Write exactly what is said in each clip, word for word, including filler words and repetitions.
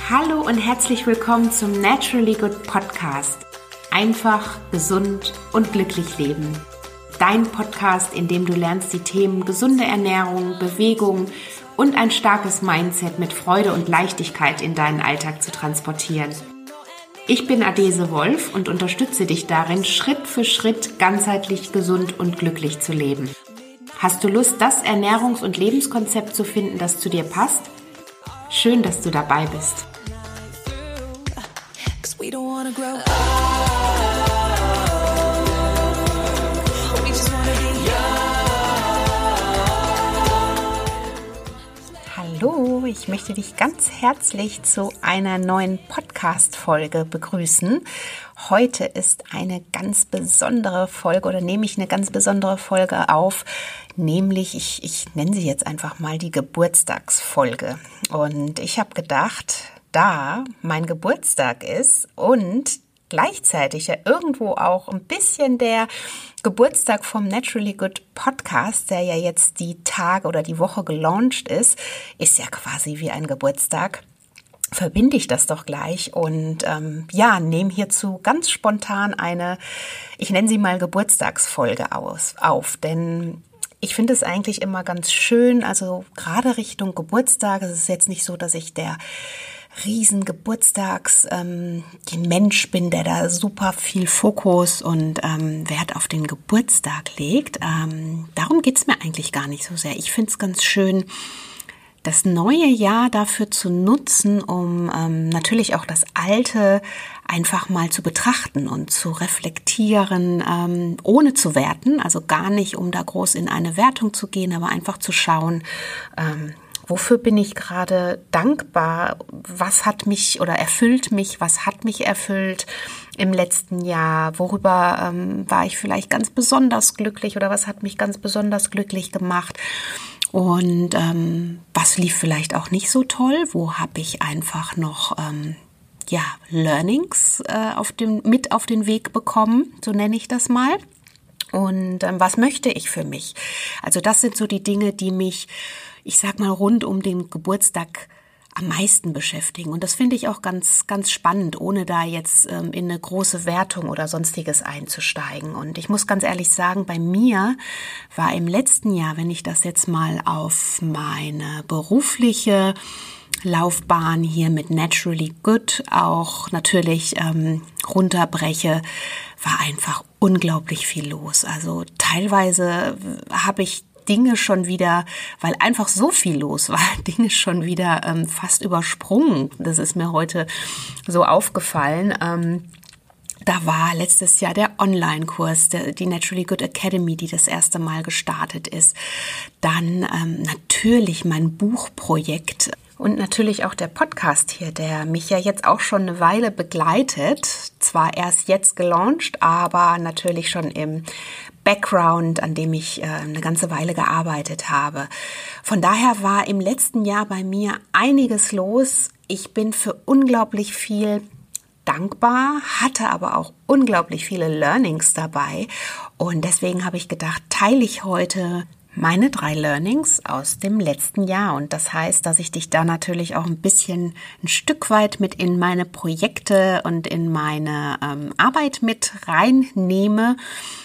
Hallo und herzlich willkommen zum Naturally Good Podcast. Einfach, gesund und glücklich leben. Dein Podcast, in dem du lernst, die Themen gesunde Ernährung, Bewegung und ein starkes Mindset mit Freude und Leichtigkeit in deinen Alltag zu transportieren. Ich bin Adese Wolf und unterstütze dich darin, Schritt für Schritt ganzheitlich gesund und glücklich zu leben. Hast du Lust, das Ernährungs- und Lebenskonzept zu finden, das zu dir passt? Schön, dass du dabei bist. Hallo, ich möchte dich ganz herzlich zu einer neuen Podcast-Folge begrüßen. Heute ist eine ganz besondere Folge oder nehme ich eine ganz besondere Folge auf, nämlich, ich, ich nenne sie jetzt einfach mal die Geburtstagsfolge. Und ich habe gedacht, da mein Geburtstag ist und gleichzeitig ja irgendwo auch ein bisschen der Geburtstag vom Naturally Good Podcast, der ja jetzt die Tage oder die Woche gelauncht ist, ist ja quasi wie ein Geburtstag. Verbinde ich das doch gleich und ähm, ja, nehme hierzu ganz spontan eine, ich nenne sie mal Geburtstagsfolge aus, auf, denn ich finde es eigentlich immer ganz schön, also gerade Richtung Geburtstag, es ist jetzt nicht so, dass ich der riesen Geburtstags ähm, Mensch bin, der da super viel Fokus und ähm, Wert auf den Geburtstag legt. Ähm, darum geht's mir eigentlich gar nicht so sehr. Ich finde es ganz schön, das neue Jahr dafür zu nutzen, um ähm, natürlich auch das Alte einfach mal zu betrachten und zu reflektieren, ähm, ohne zu werten, also gar nicht, um da groß in eine Wertung zu gehen, aber einfach zu schauen, ähm, wofür bin ich gerade dankbar? Was hat mich oder erfüllt mich? Was hat mich erfüllt im letzten Jahr? Worüber ähm, war ich vielleicht ganz besonders glücklich oder was hat mich ganz besonders glücklich gemacht? Und ähm, was lief vielleicht auch nicht so toll? Wo habe ich einfach noch ähm, ja Learnings äh, auf dem, mit auf den Weg bekommen? So nenne ich das mal. Und ähm, was möchte ich für mich? Also das sind so die Dinge, die mich, ich sag mal, rund um den Geburtstag am meisten beschäftigen. Und das finde ich auch ganz, ganz spannend, ohne da jetzt ähm, in eine große Wertung oder Sonstiges einzusteigen. Und ich muss ganz ehrlich sagen, bei mir war im letzten Jahr, wenn ich das jetzt mal auf meine berufliche Laufbahn hier mit Naturally Good auch natürlich ähm, runterbreche, war einfach unglaublich viel los. Also teilweise habe ich Dinge schon wieder, weil einfach so viel los war, Dinge schon wieder ähm, fast übersprungen. Das ist mir heute so aufgefallen. Ähm, da war letztes Jahr der Online-Kurs, der, die Naturally Good Academy, die das erste Mal gestartet ist. Dann ähm, natürlich mein Buchprojekt. Und natürlich auch der Podcast hier, der mich ja jetzt auch schon eine Weile begleitet. Zwar erst jetzt gelauncht, aber natürlich schon im Background, an dem ich äh, eine ganze Weile gearbeitet habe. Von daher war im letzten Jahr bei mir einiges los. Ich bin für unglaublich viel dankbar, hatte aber auch unglaublich viele Learnings dabei. Und deswegen habe ich gedacht, teile ich heute meine drei Learnings aus dem letzten Jahr. Und das heißt, dass ich dich da natürlich auch ein bisschen ein Stück weit mit in meine Projekte und in meine ähm, Arbeit mit reinnehme.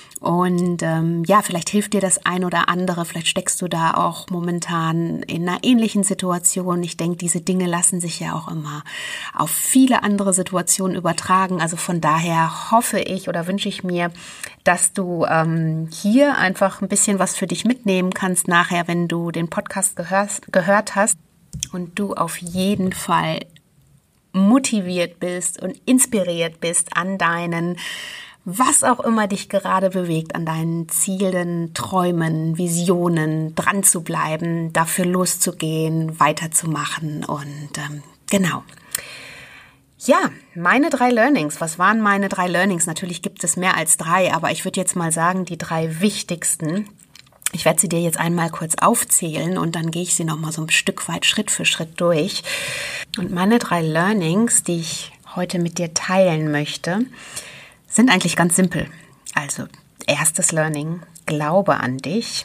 Und ähm, ja, vielleicht hilft dir das ein oder andere, vielleicht steckst du da auch momentan in einer ähnlichen Situation. Ich denke, diese Dinge lassen sich ja auch immer auf viele andere Situationen übertragen. Also von daher hoffe ich oder wünsche ich mir, dass du ähm, hier einfach ein bisschen was für dich mitnehmen kannst nachher, wenn du den Podcast gehörst, gehört hast und du auf jeden Fall motiviert bist und inspiriert bist an deinen, was auch immer dich gerade bewegt, an deinen Zielen, Träumen, Visionen, dran zu bleiben, dafür loszugehen, weiterzumachen und ähm, genau. Ja, meine drei Learnings. Was waren meine drei Learnings? Natürlich gibt es mehr als drei, aber ich würde jetzt mal sagen, die drei wichtigsten. Ich werde sie dir jetzt einmal kurz aufzählen und dann gehe ich sie nochmal so ein Stück weit Schritt für Schritt durch. Und meine drei Learnings, die ich heute mit dir teilen möchte, sind eigentlich ganz simpel. Also, erstes Learning, glaube an dich.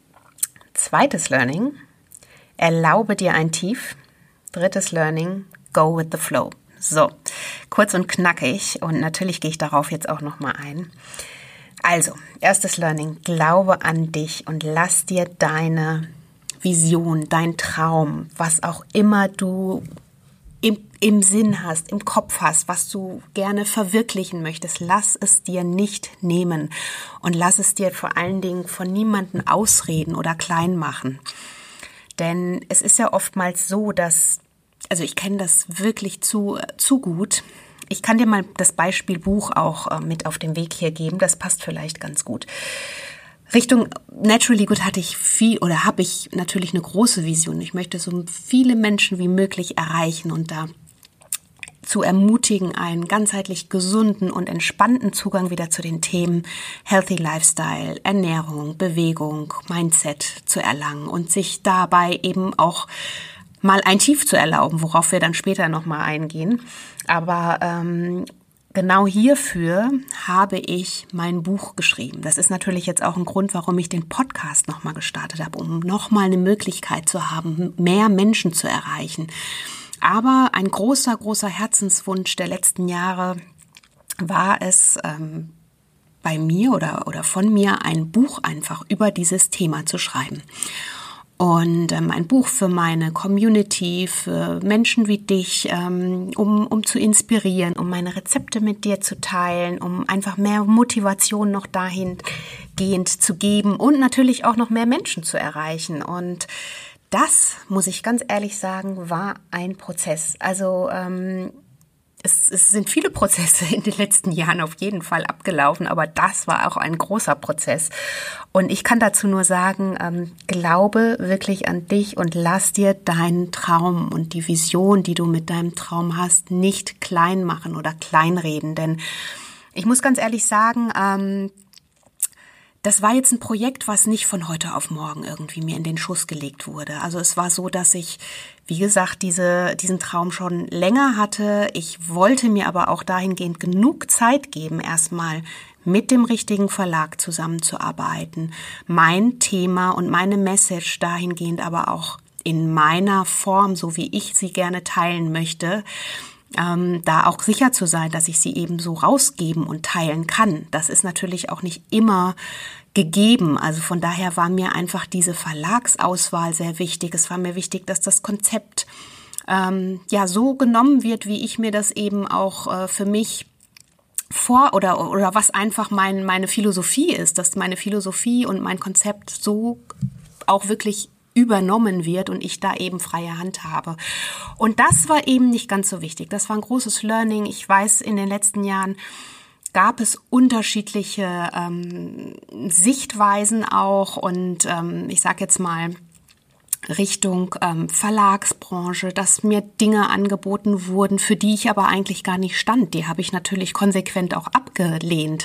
Zweites Learning, erlaube dir ein Tief. Drittes Learning, go with the flow. So, kurz und knackig und natürlich gehe ich darauf jetzt auch nochmal ein. Also, erstes Learning, glaube an dich und lass dir deine Vision, dein Traum, was auch immer du im, im Sinn hast, im Kopf hast, was du gerne verwirklichen möchtest, lass es dir nicht nehmen und lass es dir vor allen Dingen von niemandem ausreden oder klein machen. Denn es ist ja oftmals so, dass, also ich kenne das wirklich zu, zu gut. Ich kann dir mal das Beispiel Buch auch mit auf den Weg hier geben, das passt vielleicht ganz gut. Richtung Naturally Good hatte ich viel oder habe ich natürlich eine große Vision. Ich möchte so viele Menschen wie möglich erreichen und da zu ermutigen, einen ganzheitlich gesunden und entspannten Zugang wieder zu den Themen Healthy Lifestyle, Ernährung, Bewegung, Mindset zu erlangen und sich dabei eben auch mal ein Tief zu erlauben, worauf wir dann später nochmal eingehen. Aber ähm, genau hierfür habe ich mein Buch geschrieben. Das ist natürlich jetzt auch ein Grund, warum ich den Podcast nochmal gestartet habe, um nochmal eine Möglichkeit zu haben, mehr Menschen zu erreichen. Aber ein großer, großer Herzenswunsch der letzten Jahre war es, ähm, bei mir oder, oder von mir ein Buch einfach über dieses Thema zu schreiben. Und ähm, ein Buch für meine Community, für Menschen wie dich, ähm, um, um zu inspirieren, um meine Rezepte mit dir zu teilen, um einfach mehr Motivation noch dahingehend zu geben und natürlich auch noch mehr Menschen zu erreichen. Und das, muss ich ganz ehrlich sagen, war ein Prozess. Also ähm, Es, es sind viele Prozesse in den letzten Jahren auf jeden Fall abgelaufen, aber das war auch ein großer Prozess. Und ich kann dazu nur sagen, ähm, glaube wirklich an dich und lass dir deinen Traum und die Vision, die du mit deinem Traum hast, nicht klein machen oder kleinreden. Denn ich muss ganz ehrlich sagen, ähm, das war jetzt ein Projekt, was nicht von heute auf morgen irgendwie mir in den Schuss gelegt wurde. Also es war so, dass ich, wie gesagt, diese, diesen Traum schon länger hatte. Ich wollte mir aber auch dahingehend genug Zeit geben, erstmal mit dem richtigen Verlag zusammenzuarbeiten. Mein Thema und meine Message dahingehend aber auch in meiner Form, so wie ich sie gerne teilen möchte, Ähm, da auch sicher zu sein, dass ich sie eben so rausgeben und teilen kann. Das ist natürlich auch nicht immer gegeben. Also von daher war mir einfach diese Verlagsauswahl sehr wichtig. Es war mir wichtig, dass das Konzept ähm, ja so genommen wird, wie ich mir das eben auch äh, für mich vor oder oder was einfach mein meine Philosophie ist, dass meine Philosophie und mein Konzept so auch wirklich übernommen wird und ich da eben freie Hand habe. Und das war eben nicht ganz so wichtig. Das war ein großes Learning. Ich weiß, in den letzten Jahren gab es unterschiedliche ähm, Sichtweisen auch und ähm, ich sage jetzt mal Richtung ähm, Verlagsbranche, dass mir Dinge angeboten wurden, für die ich aber eigentlich gar nicht stand. Die habe ich natürlich konsequent auch abgelehnt.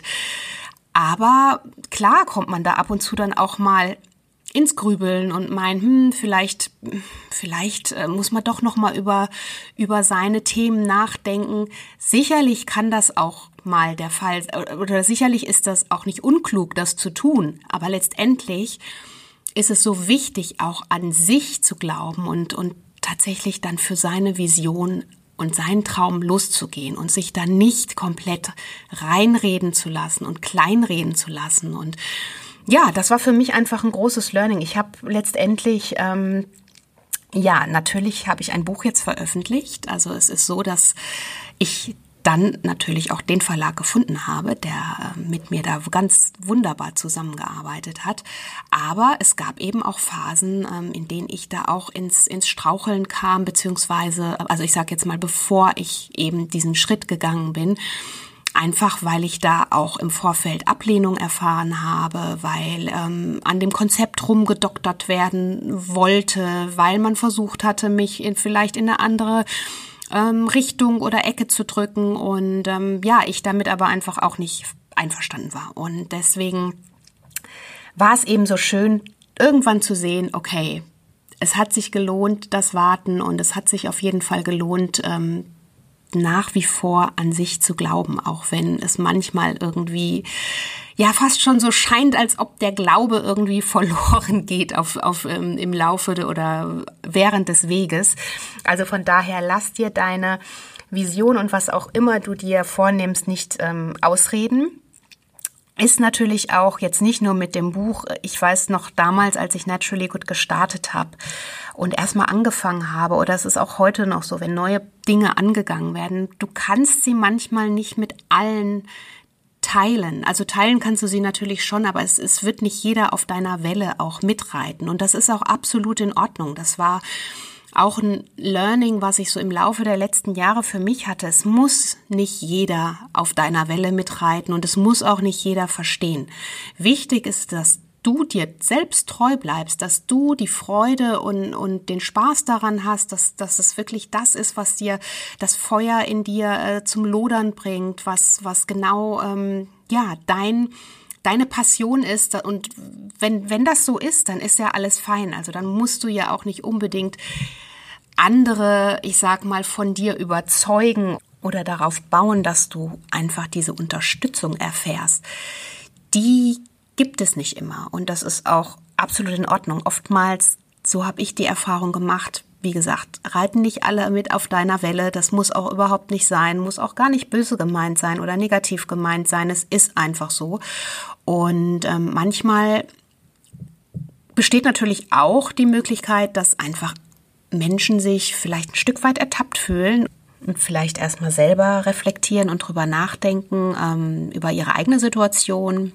Aber klar kommt man da ab und zu dann auch mal ins Grübeln und meint, hm, vielleicht, vielleicht äh, muss man doch noch mal über, über seine Themen nachdenken. Sicherlich kann das auch mal der Fall sein, oder sicherlich ist das auch nicht unklug, das zu tun. Aber letztendlich ist es so wichtig, auch an sich zu glauben und, und tatsächlich dann für seine Vision und seinen Traum loszugehen und sich da nicht komplett reinreden zu lassen und kleinreden zu lassen. Und ja, das war für mich einfach ein großes Learning. Ich habe letztendlich, ähm, ja, natürlich habe ich ein Buch jetzt veröffentlicht. Also es ist so, dass ich dann natürlich auch den Verlag gefunden habe, der äh, mit mir da ganz wunderbar zusammengearbeitet hat. Aber es gab eben auch Phasen, ähm, in denen ich da auch ins, ins Straucheln kam, beziehungsweise, also ich sage jetzt mal, bevor ich eben diesen Schritt gegangen bin, einfach weil ich da auch im Vorfeld Ablehnung erfahren habe, weil ähm, an dem Konzept rumgedoktert werden wollte, weil man versucht hatte, mich in, vielleicht in eine andere ähm, Richtung oder Ecke zu drücken und ähm, ja, ich damit aber einfach auch nicht einverstanden war. Und deswegen war es eben so schön, irgendwann zu sehen, okay, es hat sich gelohnt, das Warten, und es hat sich auf jeden Fall gelohnt, ähm, nach wie vor an sich zu glauben, auch wenn es manchmal irgendwie ja fast schon so scheint, als ob der Glaube irgendwie verloren geht auf, auf, ähm, im Laufe de, oder während des Weges. Also von daher lass dir deine Vision und was auch immer du dir vornimmst, nicht ähm, ausreden. Ist natürlich auch jetzt nicht nur mit dem Buch, ich weiß noch damals, als ich Naturally Good gestartet habe und erstmal angefangen habe, oder es ist auch heute noch so, wenn neue Dinge angegangen werden, du kannst sie manchmal nicht mit allen teilen. Also teilen kannst du sie natürlich schon, aber es, es wird nicht jeder auf deiner Welle auch mitreiten und das ist auch absolut in Ordnung. Das war auch ein Learning, was ich so im Laufe der letzten Jahre für mich hatte. Es muss nicht jeder auf deiner Welle mitreiten und es muss auch nicht jeder verstehen. Wichtig ist, dass du dir selbst treu bleibst, dass du die Freude und, und den Spaß daran hast, dass, dass es wirklich das ist, was dir das Feuer in dir äh, zum Lodern bringt, was, was genau ähm, ja dein deine Passion ist und wenn, wenn das so ist, dann ist ja alles fein. Also dann musst du ja auch nicht unbedingt andere, ich sag mal, von dir überzeugen oder darauf bauen, dass du einfach diese Unterstützung erfährst. Die gibt es nicht immer und das ist auch absolut in Ordnung. Oftmals, so habe ich die Erfahrung gemacht, wie gesagt, reiten nicht alle mit auf deiner Welle. Das muss auch überhaupt nicht sein, muss auch gar nicht böse gemeint sein oder negativ gemeint sein. Es ist einfach so. Und ähm, manchmal besteht natürlich auch die Möglichkeit, dass einfach Menschen sich vielleicht ein Stück weit ertappt fühlen und vielleicht erstmal selber reflektieren und drüber nachdenken, ähm, über ihre eigene Situation.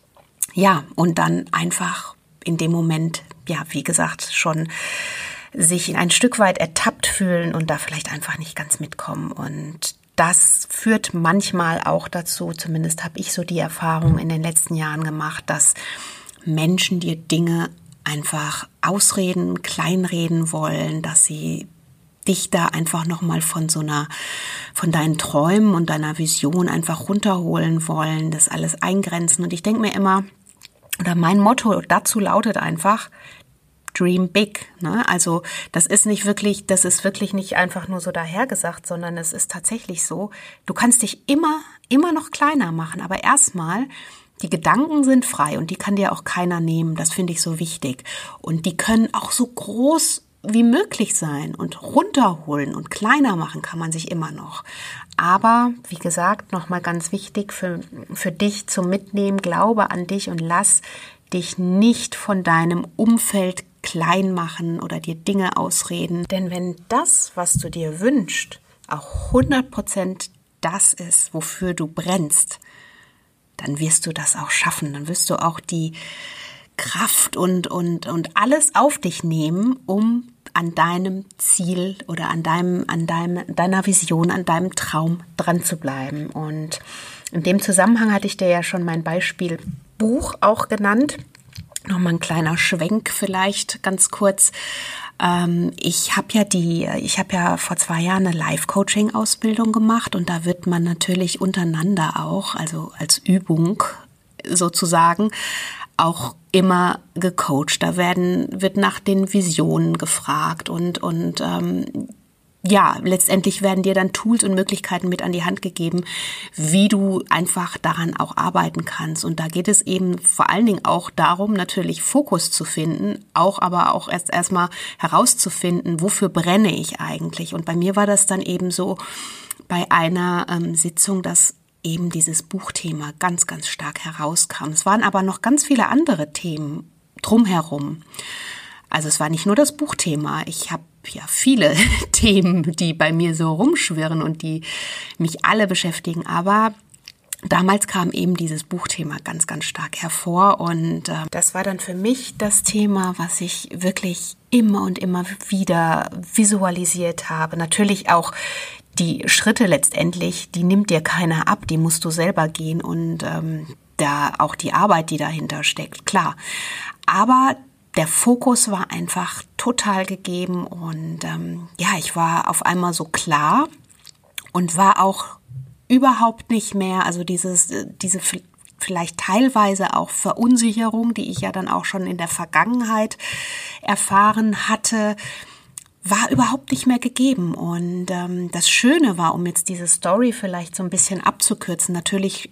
Ja, und dann einfach in dem Moment, ja, wie gesagt, schon sich ein Stück weit ertappt fühlen und da vielleicht einfach nicht ganz mitkommen. Und das führt manchmal auch dazu, zumindest habe ich so die Erfahrung in den letzten Jahren gemacht, dass Menschen dir Dinge einfach ausreden, kleinreden wollen, dass sie dich da einfach nochmal von so einer, von deinen Träumen und deiner Vision einfach runterholen wollen, das alles eingrenzen. Und ich denke mir immer, oder mein Motto dazu lautet einfach, Dream big, ne? Also das ist nicht wirklich, das ist wirklich nicht einfach nur so dahergesagt, sondern es ist tatsächlich so, du kannst dich immer, immer noch kleiner machen, aber erstmal, die Gedanken sind frei und die kann dir auch keiner nehmen, das finde ich so wichtig. Und die können auch so groß wie möglich sein und runterholen und kleiner machen kann man sich immer noch. Aber, wie gesagt, nochmal ganz wichtig für, für dich zum Mitnehmen, glaube an dich und lass dich nicht von deinem Umfeld klein machen oder dir Dinge ausreden. Denn wenn das, was du dir wünschst, auch hundert Prozent das ist, wofür du brennst, dann wirst du das auch schaffen. Dann wirst du auch die Kraft und, und, und alles auf dich nehmen, um an deinem Ziel oder an deinem, an deinem, deiner Vision, an deinem Traum dran zu bleiben. Und in dem Zusammenhang hatte ich dir ja schon mein Beispiel Buch auch genannt. Nochmal ein kleiner Schwenk vielleicht ganz kurz. Ähm, ich habe ja die, ich habe ja vor zwei Jahren eine Life-Coaching-Ausbildung gemacht und da wird man natürlich untereinander auch, also als Übung sozusagen, auch immer gecoacht. Da werden, wird nach den Visionen gefragt und, und ähm, ja, letztendlich werden dir dann Tools und Möglichkeiten mit an die Hand gegeben, wie du einfach daran auch arbeiten kannst. Und da geht es eben vor allen Dingen auch darum, natürlich Fokus zu finden, auch aber auch erst erstmal herauszufinden, wofür brenne ich eigentlich. Und bei mir war das dann eben so bei einer ähm, Sitzung, dass eben dieses Buchthema ganz, ganz stark herauskam. Es waren aber noch ganz viele andere Themen drumherum. Also es war nicht nur das Buchthema. Ich habe ja viele Themen, die bei mir so rumschwirren und die mich alle beschäftigen. Aber damals kam eben dieses Buchthema ganz, ganz stark hervor. Und äh, das war dann für mich das Thema, was ich wirklich immer und immer wieder visualisiert habe. Natürlich auch die Schritte letztendlich, die nimmt dir keiner ab, die musst du selber gehen und ähm, da auch die Arbeit, die dahinter steckt, klar. Aber der Fokus war einfach total gegeben und ähm, ja, ich war auf einmal so klar und war auch überhaupt nicht mehr, also dieses, diese vielleicht teilweise auch Verunsicherung, die ich ja dann auch schon in der Vergangenheit erfahren hatte, war überhaupt nicht mehr gegeben. Und ähm, das Schöne war, um jetzt diese Story vielleicht so ein bisschen abzukürzen, natürlich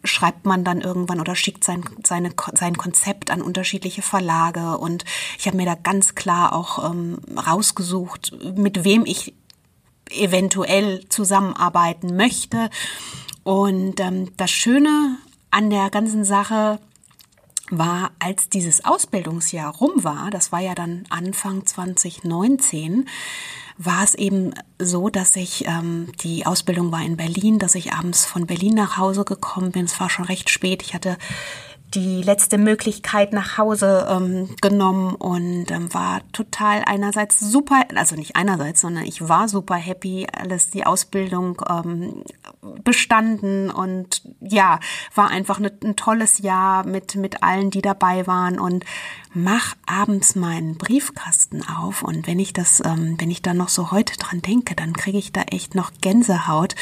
schreibt man dann irgendwann oder schickt sein, seine, sein Konzept an unterschiedliche Verlage. Und ich habe mir da ganz klar auch ähm, rausgesucht, mit wem ich eventuell zusammenarbeiten möchte. Und ähm, das Schöne an der ganzen Sache war, als dieses Ausbildungsjahr rum war, das war ja dann Anfang zwanzig neunzehn, war es eben so, dass ich, ähm, die Ausbildung war in Berlin, dass ich abends von Berlin nach Hause gekommen bin. Es war schon recht spät. Ich hatte die letzte Möglichkeit nach Hause ähm, genommen und ähm, war total einerseits super, also nicht einerseits, sondern ich war super happy, alles die Ausbildung ähm, bestanden und ja, war einfach ne, ein tolles Jahr mit mit allen, die dabei waren und mach abends meinen Briefkasten auf und wenn ich das, ähm, wenn ich da noch so heute dran denke, dann kriege ich da echt noch Gänsehaut.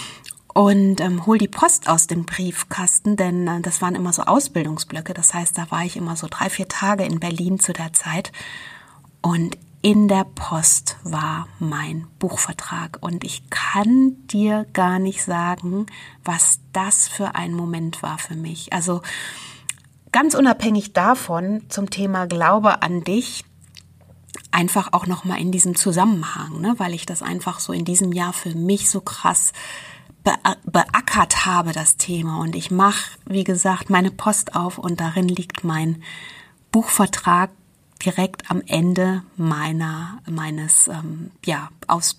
Und ähm, hol die Post aus dem Briefkasten, denn äh, das waren immer so Ausbildungsblöcke. Das heißt, da war ich immer so drei, vier Tage in Berlin zu der Zeit. Und in der Post war mein Buchvertrag. Und ich kann dir gar nicht sagen, was das für ein Moment war für mich. Also ganz unabhängig davon zum Thema Glaube an dich, einfach auch nochmal in diesem Zusammenhang, ne, weil ich das einfach so in diesem Jahr für mich so krass beackert habe, das Thema. Und ich mache, wie gesagt, meine Post auf und darin liegt mein Buchvertrag direkt am Ende meiner meines ähm, ja,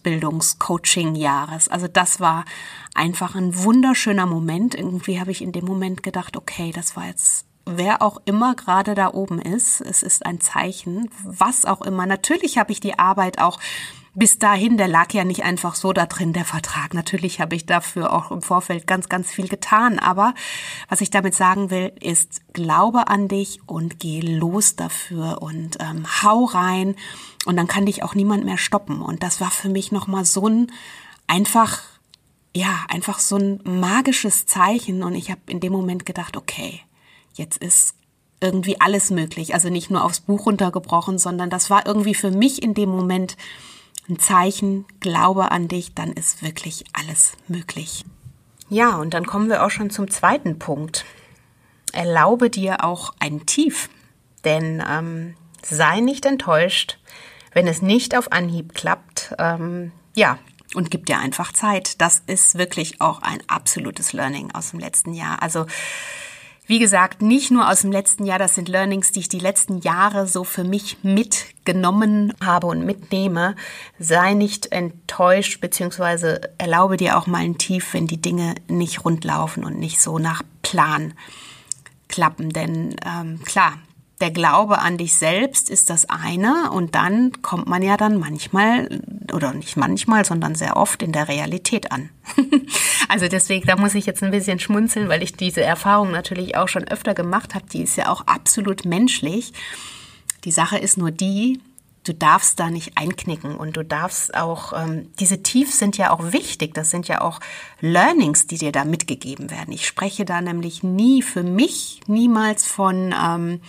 Ausbildungs-Coaching-Jahres. Also das war einfach ein wunderschöner Moment. Irgendwie habe ich in dem Moment gedacht, okay, das war jetzt, wer auch immer gerade da oben ist, es ist ein Zeichen, was auch immer. Natürlich habe ich die Arbeit auch bis dahin, der lag ja nicht einfach so da drin, der Vertrag. Natürlich habe ich dafür auch im Vorfeld ganz, ganz viel getan. Aber was ich damit sagen will, ist, glaube an dich und geh los dafür und ähm, hau rein. Und dann kann dich auch niemand mehr stoppen. Und das war für mich nochmal so ein einfach, ja, einfach so ein magisches Zeichen. Und ich habe in dem Moment gedacht, okay, jetzt ist irgendwie alles möglich. Also nicht nur aufs Buch runtergebrochen, sondern das war irgendwie für mich in dem Moment ein Zeichen, glaube an dich, dann ist wirklich alles möglich. Ja, und dann kommen wir auch schon zum zweiten Punkt. Erlaube dir auch ein Tief, denn ähm, sei nicht enttäuscht, wenn es nicht auf Anhieb klappt. Ähm, ja, und gib dir einfach Zeit. Das ist wirklich auch ein absolutes Learning aus dem letzten Jahr. Also wie gesagt, nicht nur aus dem letzten Jahr, das sind Learnings, die ich die letzten Jahre so für mich mitgenommen habe und mitnehme. Sei nicht enttäuscht, beziehungsweise erlaube dir auch mal ein Tief, wenn die Dinge nicht rund laufen und nicht so nach Plan klappen. Denn ähm, klar, der Glaube an dich selbst ist das eine und dann kommt man ja dann manchmal, oder nicht manchmal, sondern sehr oft in der Realität an. Also deswegen, da muss ich jetzt ein bisschen schmunzeln, weil ich diese Erfahrung natürlich auch schon öfter gemacht habe. Die ist ja auch absolut menschlich. Die Sache ist nur die, du darfst da nicht einknicken und du darfst auch, ähm, diese Tiefs sind ja auch wichtig. Das sind ja auch Learnings, die dir da mitgegeben werden. Ich spreche da nämlich nie für mich, niemals von ähm,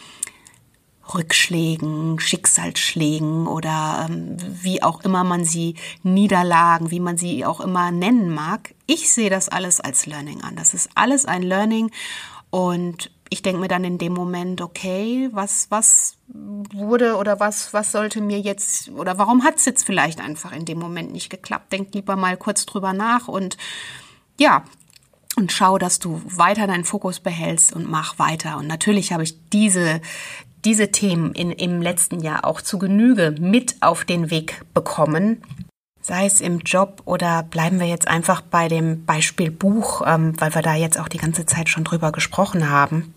Rückschlägen, Schicksalsschlägen oder ähm, wie auch immer man sie, Niederlagen, wie man sie auch immer nennen mag. Ich sehe das alles als Learning an. Das ist alles ein Learning und ich denke mir dann in dem Moment, okay, was was wurde oder was was sollte mir jetzt oder warum hat es jetzt vielleicht einfach in dem Moment nicht geklappt? Denk lieber mal kurz drüber nach und ja, und schau, dass du weiter deinen Fokus behältst und mach weiter. Und natürlich habe ich diese diese Themen in, im letzten Jahr auch zu Genüge mit auf den Weg bekommen, sei es im Job oder bleiben wir jetzt einfach bei dem Beispiel Buch, ähm, weil wir da jetzt auch die ganze Zeit schon drüber gesprochen haben.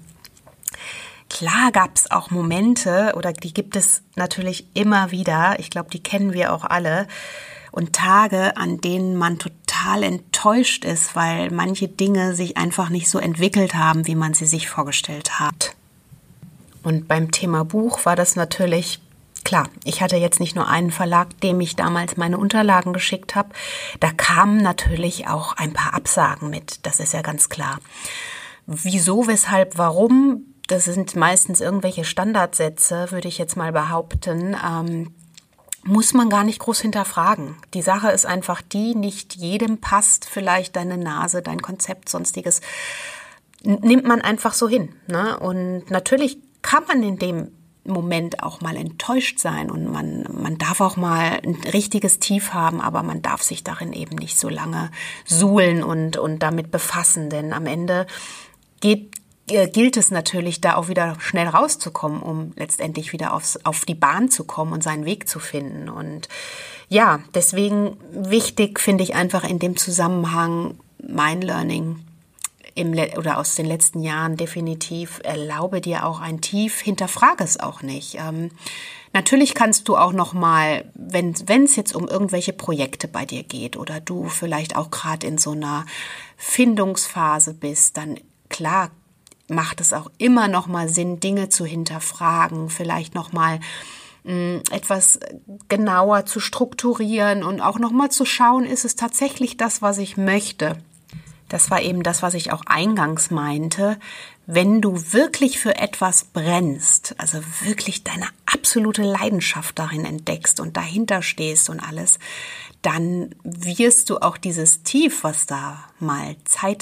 Klar gab es auch Momente oder die gibt es natürlich immer wieder, ich glaube, die kennen wir auch alle, und Tage, an denen man total enttäuscht ist, weil manche Dinge sich einfach nicht so entwickelt haben, wie man sie sich vorgestellt hat. Und beim Thema Buch war das natürlich, klar, ich hatte jetzt nicht nur einen Verlag, dem ich damals meine Unterlagen geschickt habe. Da kamen natürlich auch ein paar Absagen mit, das ist ja ganz klar. Wieso, weshalb, warum, das sind meistens irgendwelche Standardsätze, würde ich jetzt mal behaupten, ähm, muss man gar nicht groß hinterfragen. Die Sache ist einfach die, nicht jedem passt vielleicht deine Nase, dein Konzept, sonstiges. nimmt man einfach so hin, ne? Und natürlich kann man in dem Moment auch mal enttäuscht sein und man, man darf auch mal ein richtiges Tief haben, aber man darf sich darin eben nicht so lange suhlen und, und damit befassen, denn am Ende geht, äh, gilt es natürlich, da auch wieder schnell rauszukommen, um letztendlich wieder aufs, auf die Bahn zu kommen und seinen Weg zu finden. Und ja, deswegen wichtig finde ich einfach in dem Zusammenhang mein Learning Im Le- oder aus den letzten Jahren definitiv, erlaube dir auch ein Tief, hinterfrage es auch nicht. Ähm, natürlich kannst du auch noch mal, wenn wenn es jetzt um irgendwelche Projekte bei dir geht oder du vielleicht auch gerade in so einer Findungsphase bist, dann klar macht es auch immer noch mal Sinn, Dinge zu hinterfragen, vielleicht noch mal mh, etwas genauer zu strukturieren und auch noch mal zu schauen, ist es tatsächlich das, was ich möchte? Das war eben das, was ich auch eingangs meinte. Wenn du wirklich für etwas brennst, also wirklich deine absolute Leidenschaft darin entdeckst und dahinter stehst und alles, dann wirst du auch dieses Tief, was da mal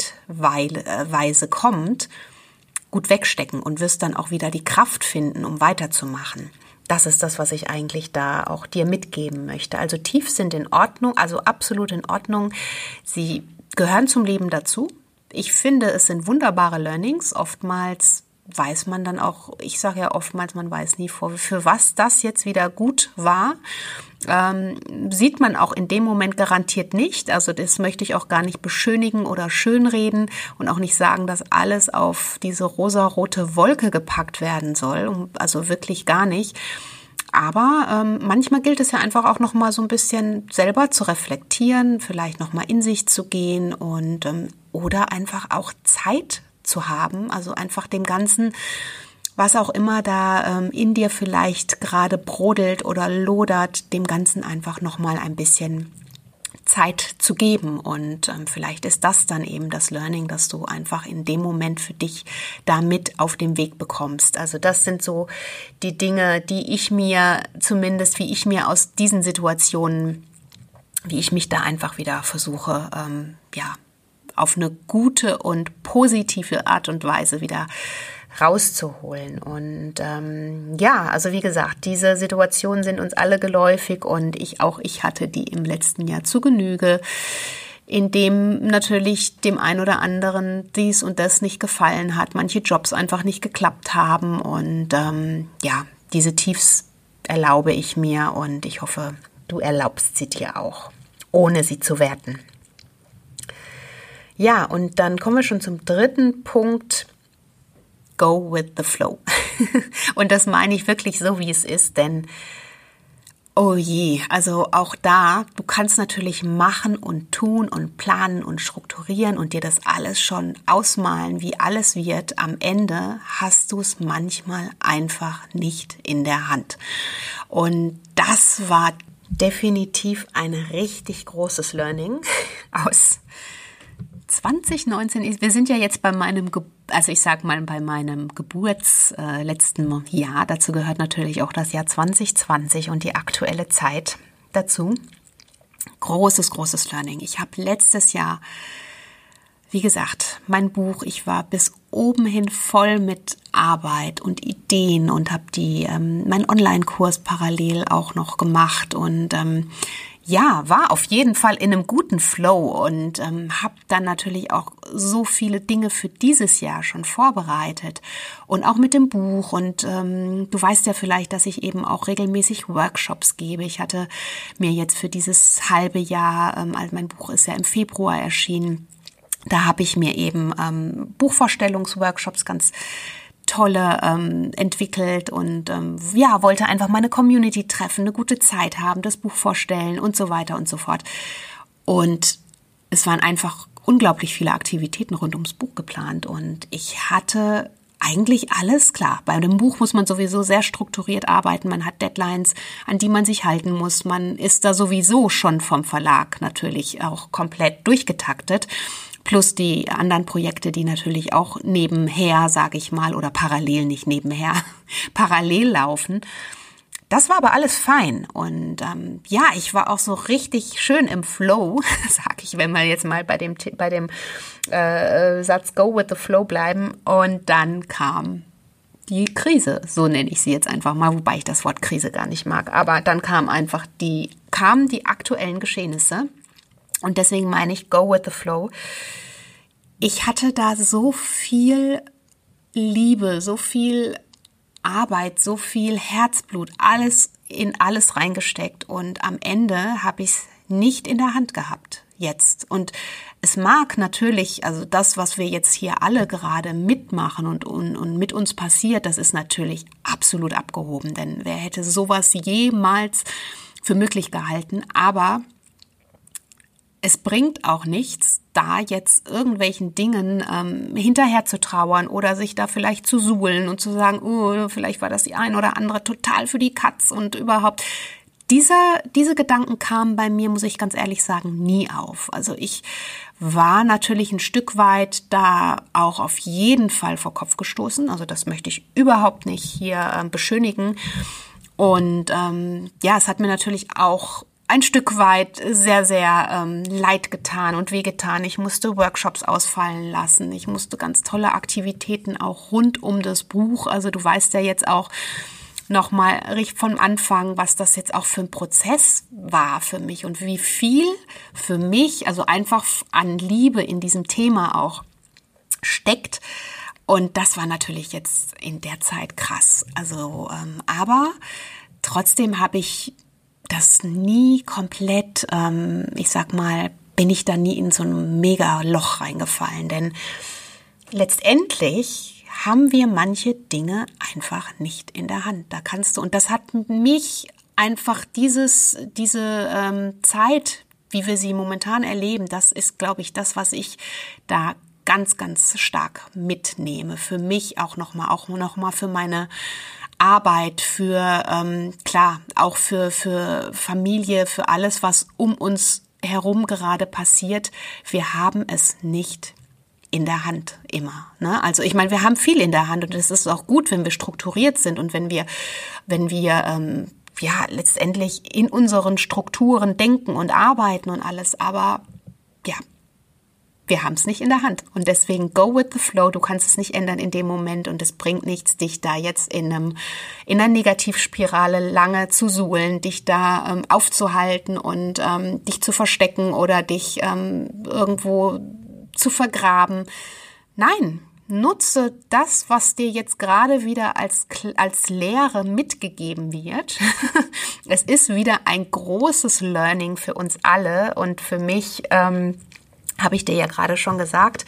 zeitweise kommt, gut wegstecken und wirst dann auch wieder die Kraft finden, um weiterzumachen. Das ist das, was ich eigentlich da auch dir mitgeben möchte. Also Tiefs sind in Ordnung, also absolut in Ordnung. Sie gehören zum Leben dazu. Ich finde, es sind wunderbare Learnings. Oftmals weiß man dann auch, ich sage ja oftmals, man weiß nie, für, für was das jetzt wieder gut war. Ähm, sieht man auch in dem Moment garantiert nicht. Also das möchte ich auch gar nicht beschönigen oder schönreden und auch nicht sagen, dass alles auf diese rosarote Wolke gepackt werden soll. Also wirklich gar nicht. Aber ähm, manchmal gilt es ja einfach auch noch mal so ein bisschen selber zu reflektieren, vielleicht noch mal in sich zu gehen und ähm, oder einfach auch Zeit zu haben, also einfach dem Ganzen, was auch immer da ähm, in dir vielleicht gerade brodelt oder lodert, dem Ganzen einfach noch mal ein bisschen Zeit zu geben. Und ähm, vielleicht ist das dann eben das Learning, dass du einfach in dem Moment für dich damit auf den Weg bekommst. Also das sind so die Dinge, die ich mir zumindest, wie ich mir aus diesen Situationen, wie ich mich da einfach wieder versuche, ähm, ja, auf eine gute und positive Art und Weise wieder rauszuholen. Und ähm, ja, also wie gesagt, diese Situationen sind uns alle geläufig und ich auch, ich hatte die im letzten Jahr zu Genüge, in dem natürlich dem einen oder anderen dies und das nicht gefallen hat, manche Jobs einfach nicht geklappt haben und ähm, ja, diese Tiefs erlaube ich mir und ich hoffe, du erlaubst sie dir auch, ohne sie zu werten. Ja, und dann kommen wir schon zum dritten Punkt. Go with the flow. Und das meine ich wirklich so, wie es ist, denn oh je, also auch da, du kannst natürlich machen und tun und planen und strukturieren und dir das alles schon ausmalen, wie alles wird. Am Ende hast du es manchmal einfach nicht in der Hand. Und das war definitiv ein richtig großes Learning aus zwanzig neunzehn, wir sind ja jetzt bei meinem, also ich sag mal bei meinem Geburts äh, letzten Jahr, dazu gehört natürlich auch das Jahr zwanzig zwanzig und die aktuelle Zeit dazu. Großes, großes Learning. Ich habe letztes Jahr, wie gesagt, mein Buch, ich war bis oben hin voll mit Arbeit und Ideen und habe die ähm, meinen Online-Kurs parallel auch noch gemacht und ähm, ja, war auf jeden Fall in einem guten Flow und ähm, habe dann natürlich auch so viele Dinge für dieses Jahr schon vorbereitet und auch mit dem Buch und ähm, du weißt ja vielleicht, dass ich eben auch regelmäßig Workshops gebe. Ich hatte mir jetzt für dieses halbe Jahr, ähm, also mein Buch ist ja im Februar erschienen, da habe ich mir eben ähm, Buchvorstellungsworkshops ganz tolle ähm, entwickelt und ähm, ja, wollte einfach meine Community treffen, eine gute Zeit haben, das Buch vorstellen und so weiter und so fort. Und es waren einfach unglaublich viele Aktivitäten rund ums Buch geplant und ich hatte eigentlich alles klar. Bei dem Buch muss man sowieso sehr strukturiert arbeiten, man hat Deadlines, an die man sich halten muss, man ist da sowieso schon vom Verlag natürlich auch komplett durchgetaktet. Plus die anderen Projekte, die natürlich auch nebenher, sage ich mal, oder parallel, nicht nebenher, parallel laufen. Das war aber alles fein und ähm, ja, ich war auch so richtig schön im Flow, sag ich, wenn wir jetzt mal bei dem bei dem äh, Satz Go with the Flow bleiben. Und dann kam die Krise, so nenne ich sie jetzt einfach mal, wobei ich das Wort Krise gar nicht mag. Aber dann kam einfach die kamen die aktuellen Geschehnisse und deswegen meine ich Go with the Flow. Ich hatte da so viel Liebe, so viel Arbeit, so viel Herzblut, alles in alles reingesteckt und am Ende habe ich es nicht in der Hand gehabt jetzt. Und es mag natürlich, also das, was wir jetzt hier alle gerade mitmachen und, und, und mit uns passiert, das ist natürlich absolut abgehoben, denn wer hätte sowas jemals für möglich gehalten, aber es bringt auch nichts, da jetzt irgendwelchen Dingen ähm, hinterher zu trauern oder sich da vielleicht zu suhlen und zu sagen, oh, vielleicht war das die ein oder andere total für die Katz und überhaupt. Dieser, diese Gedanken kamen bei mir, muss ich ganz ehrlich sagen, nie auf. Also ich war natürlich ein Stück weit da auch auf jeden Fall vor Kopf gestoßen. Also das möchte ich überhaupt nicht hier äh, beschönigen. Und ähm, ja, es hat mir natürlich auch ein Stück weit sehr, sehr ähm, leid getan und wehgetan. Ich musste Workshops ausfallen lassen. Ich musste ganz tolle Aktivitäten auch rund um das Buch. Also du weißt ja jetzt auch nochmal richtig vom Anfang, was das jetzt auch für ein Prozess war für mich und wie viel für mich, also einfach an Liebe in diesem Thema auch steckt. Und das war natürlich jetzt in der Zeit krass. Also, ähm, aber trotzdem habe ich das nie komplett, ähm, ich sag mal, bin ich da nie in so ein mega Loch reingefallen, denn letztendlich haben wir manche Dinge einfach nicht in der Hand. Da kannst du, und das hat mich einfach dieses, diese ähm, Zeit, wie wir sie momentan erleben, das ist, glaube ich, das, was ich da ganz, ganz stark mitnehme. Für mich auch nochmal, auch nochmal für meine Arbeit, für, ähm, klar, auch für, für Familie, für alles, was um uns herum gerade passiert. Wir haben es nicht in der Hand immer. Ne? Also ich meine, wir haben viel in der Hand und es ist auch gut, wenn wir strukturiert sind und wenn wir, wenn wir ähm, ja letztendlich in unseren Strukturen denken und arbeiten und alles. Aber ja, wir haben es nicht in der Hand und deswegen go with the flow. Du kannst es nicht ändern in dem Moment und es bringt nichts, dich da jetzt in einem in einer Negativspirale lange zu suhlen, dich da ähm, aufzuhalten und ähm, dich zu verstecken oder dich ähm, irgendwo zu vergraben. Nein, nutze das, was dir jetzt gerade wieder als als Lehre mitgegeben wird. Es ist wieder ein großes Learning für uns alle und für mich. Ähm, Habe ich dir ja gerade schon gesagt.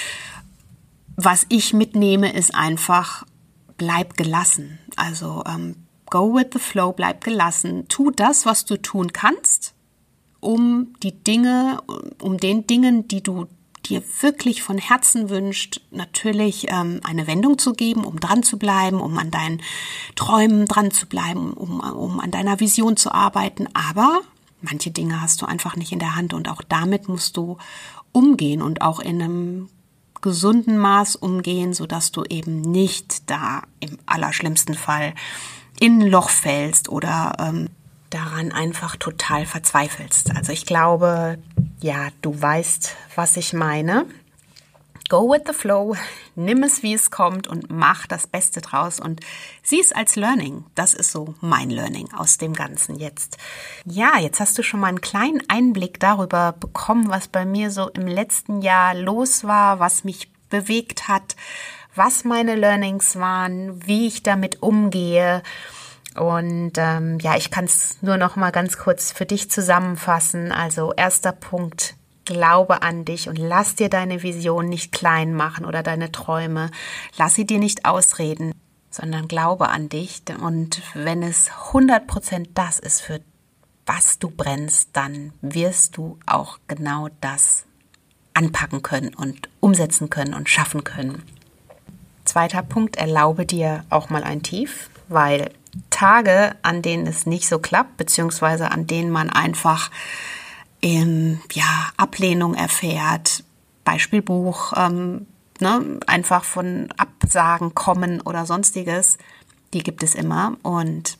Was ich mitnehme, ist einfach, bleib gelassen. Also ähm, go with the flow, bleib gelassen. Tu das, was du tun kannst, um die Dinge, um den Dingen, die du dir wirklich von Herzen wünscht, natürlich ähm, eine Wendung zu geben, um dran zu bleiben, um an deinen Träumen dran zu bleiben, um, um an deiner Vision zu arbeiten. Aber manche Dinge hast du einfach nicht in der Hand und auch damit musst du umgehen und auch in einem gesunden Maß umgehen, sodass du eben nicht da im allerschlimmsten Fall in ein Loch fällst oder ähm, daran einfach total verzweifelst. Also ich glaube, ja, du weißt, was ich meine. Go with the flow, nimm es, wie es kommt und mach das Beste draus und sieh es als Learning. Das ist so mein Learning aus dem Ganzen jetzt. Ja, jetzt hast du schon mal einen kleinen Einblick darüber bekommen, was bei mir so im letzten Jahr los war, was mich bewegt hat, was meine Learnings waren, wie ich damit umgehe. Und ähm, ja, ich kann es nur noch mal ganz kurz für dich zusammenfassen. Also erster Punkt: Glaube an dich und lass dir deine Vision nicht klein machen oder deine Träume. Lass sie dir nicht ausreden, sondern glaube an dich. Und wenn es hundert Prozent das ist, für was du brennst, dann wirst du auch genau das anpacken können und umsetzen können und schaffen können. Zweiter Punkt: Erlaube dir auch mal ein Tief, weil Tage, an denen es nicht so klappt, beziehungsweise an denen man einfach Ähm, ja, Ablehnung erfährt, Beispiel Buch, ähm, ne, einfach von Absagen kommen oder sonstiges, die gibt es immer und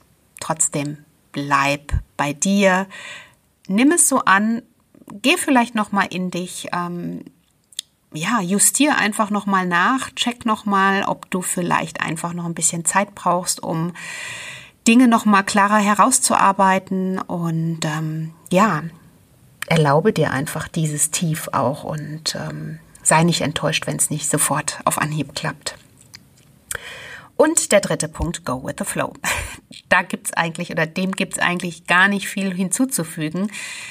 trotzdem bleib bei dir. Nimm es so an, geh vielleicht nochmal in dich, ähm, ja, justier einfach nochmal nach, check nochmal, ob du vielleicht einfach noch ein bisschen Zeit brauchst, um Dinge nochmal klarer herauszuarbeiten und ähm, ja, erlaube dir einfach dieses Tief auch und ähm, sei nicht enttäuscht, wenn es nicht sofort auf Anhieb klappt. Und der dritte Punkt, go with the flow. Da gibt's eigentlich oder dem gibt's eigentlich gar nicht viel hinzuzufügen.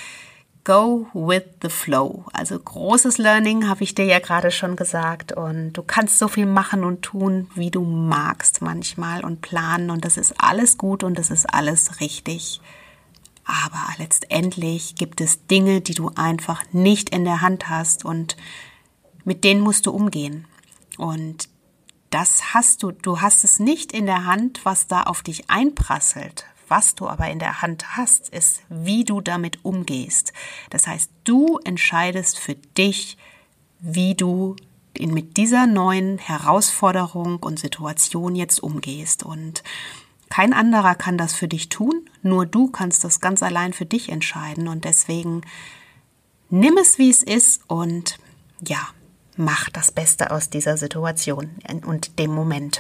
Go with the flow. Also großes Learning, habe ich dir ja gerade schon gesagt. Und du kannst so viel machen und tun, wie du magst manchmal und planen. Und das ist alles gut und das ist alles richtig. Aber letztendlich gibt es Dinge, die du einfach nicht in der Hand hast und mit denen musst du umgehen. Und das hast du, du hast es nicht in der Hand, was da auf dich einprasselt. Was du aber in der Hand hast, ist, wie du damit umgehst. Das heißt, du entscheidest für dich, wie du in, mit dieser neuen Herausforderung und Situation jetzt umgehst. Und kein anderer kann das für dich tun, nur du kannst das ganz allein für dich entscheiden. Und deswegen nimm es, wie es ist und ja, mach das Beste aus dieser Situation und dem Moment.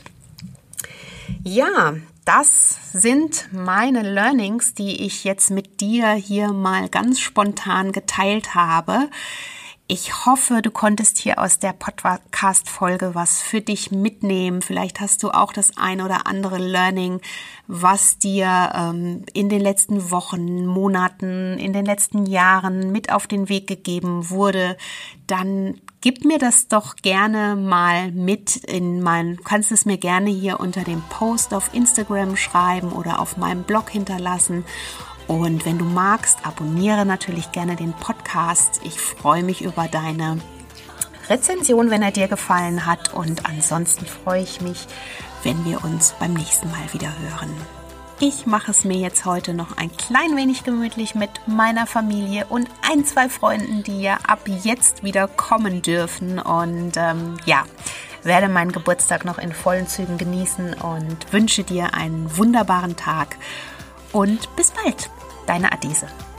Ja, das sind meine Learnings, die ich jetzt mit dir hier mal ganz spontan geteilt habe. Ich hoffe, du konntest hier aus der Podcast-Folge was für dich mitnehmen. Vielleicht hast du auch das ein oder andere Learning, was dir ähm, in den letzten Wochen, Monaten, in den letzten Jahren mit auf den Weg gegeben wurde. Dann gib mir das doch gerne mal mit in mein, du kannst es mir gerne hier unter dem Post auf Instagram schreiben oder auf meinem Blog hinterlassen. Und wenn du magst, abonniere natürlich gerne den Podcast. Ich freue mich über deine Rezension, wenn er dir gefallen hat. Und ansonsten freue ich mich, wenn wir uns beim nächsten Mal wieder hören. Ich mache es mir jetzt heute noch ein klein wenig gemütlich mit meiner Familie und ein, zwei Freunden, die ja ab jetzt wieder kommen dürfen. Und ähm, ja, werde meinen Geburtstag noch in vollen Zügen genießen und wünsche dir einen wunderbaren Tag. Und bis bald, deine Adese.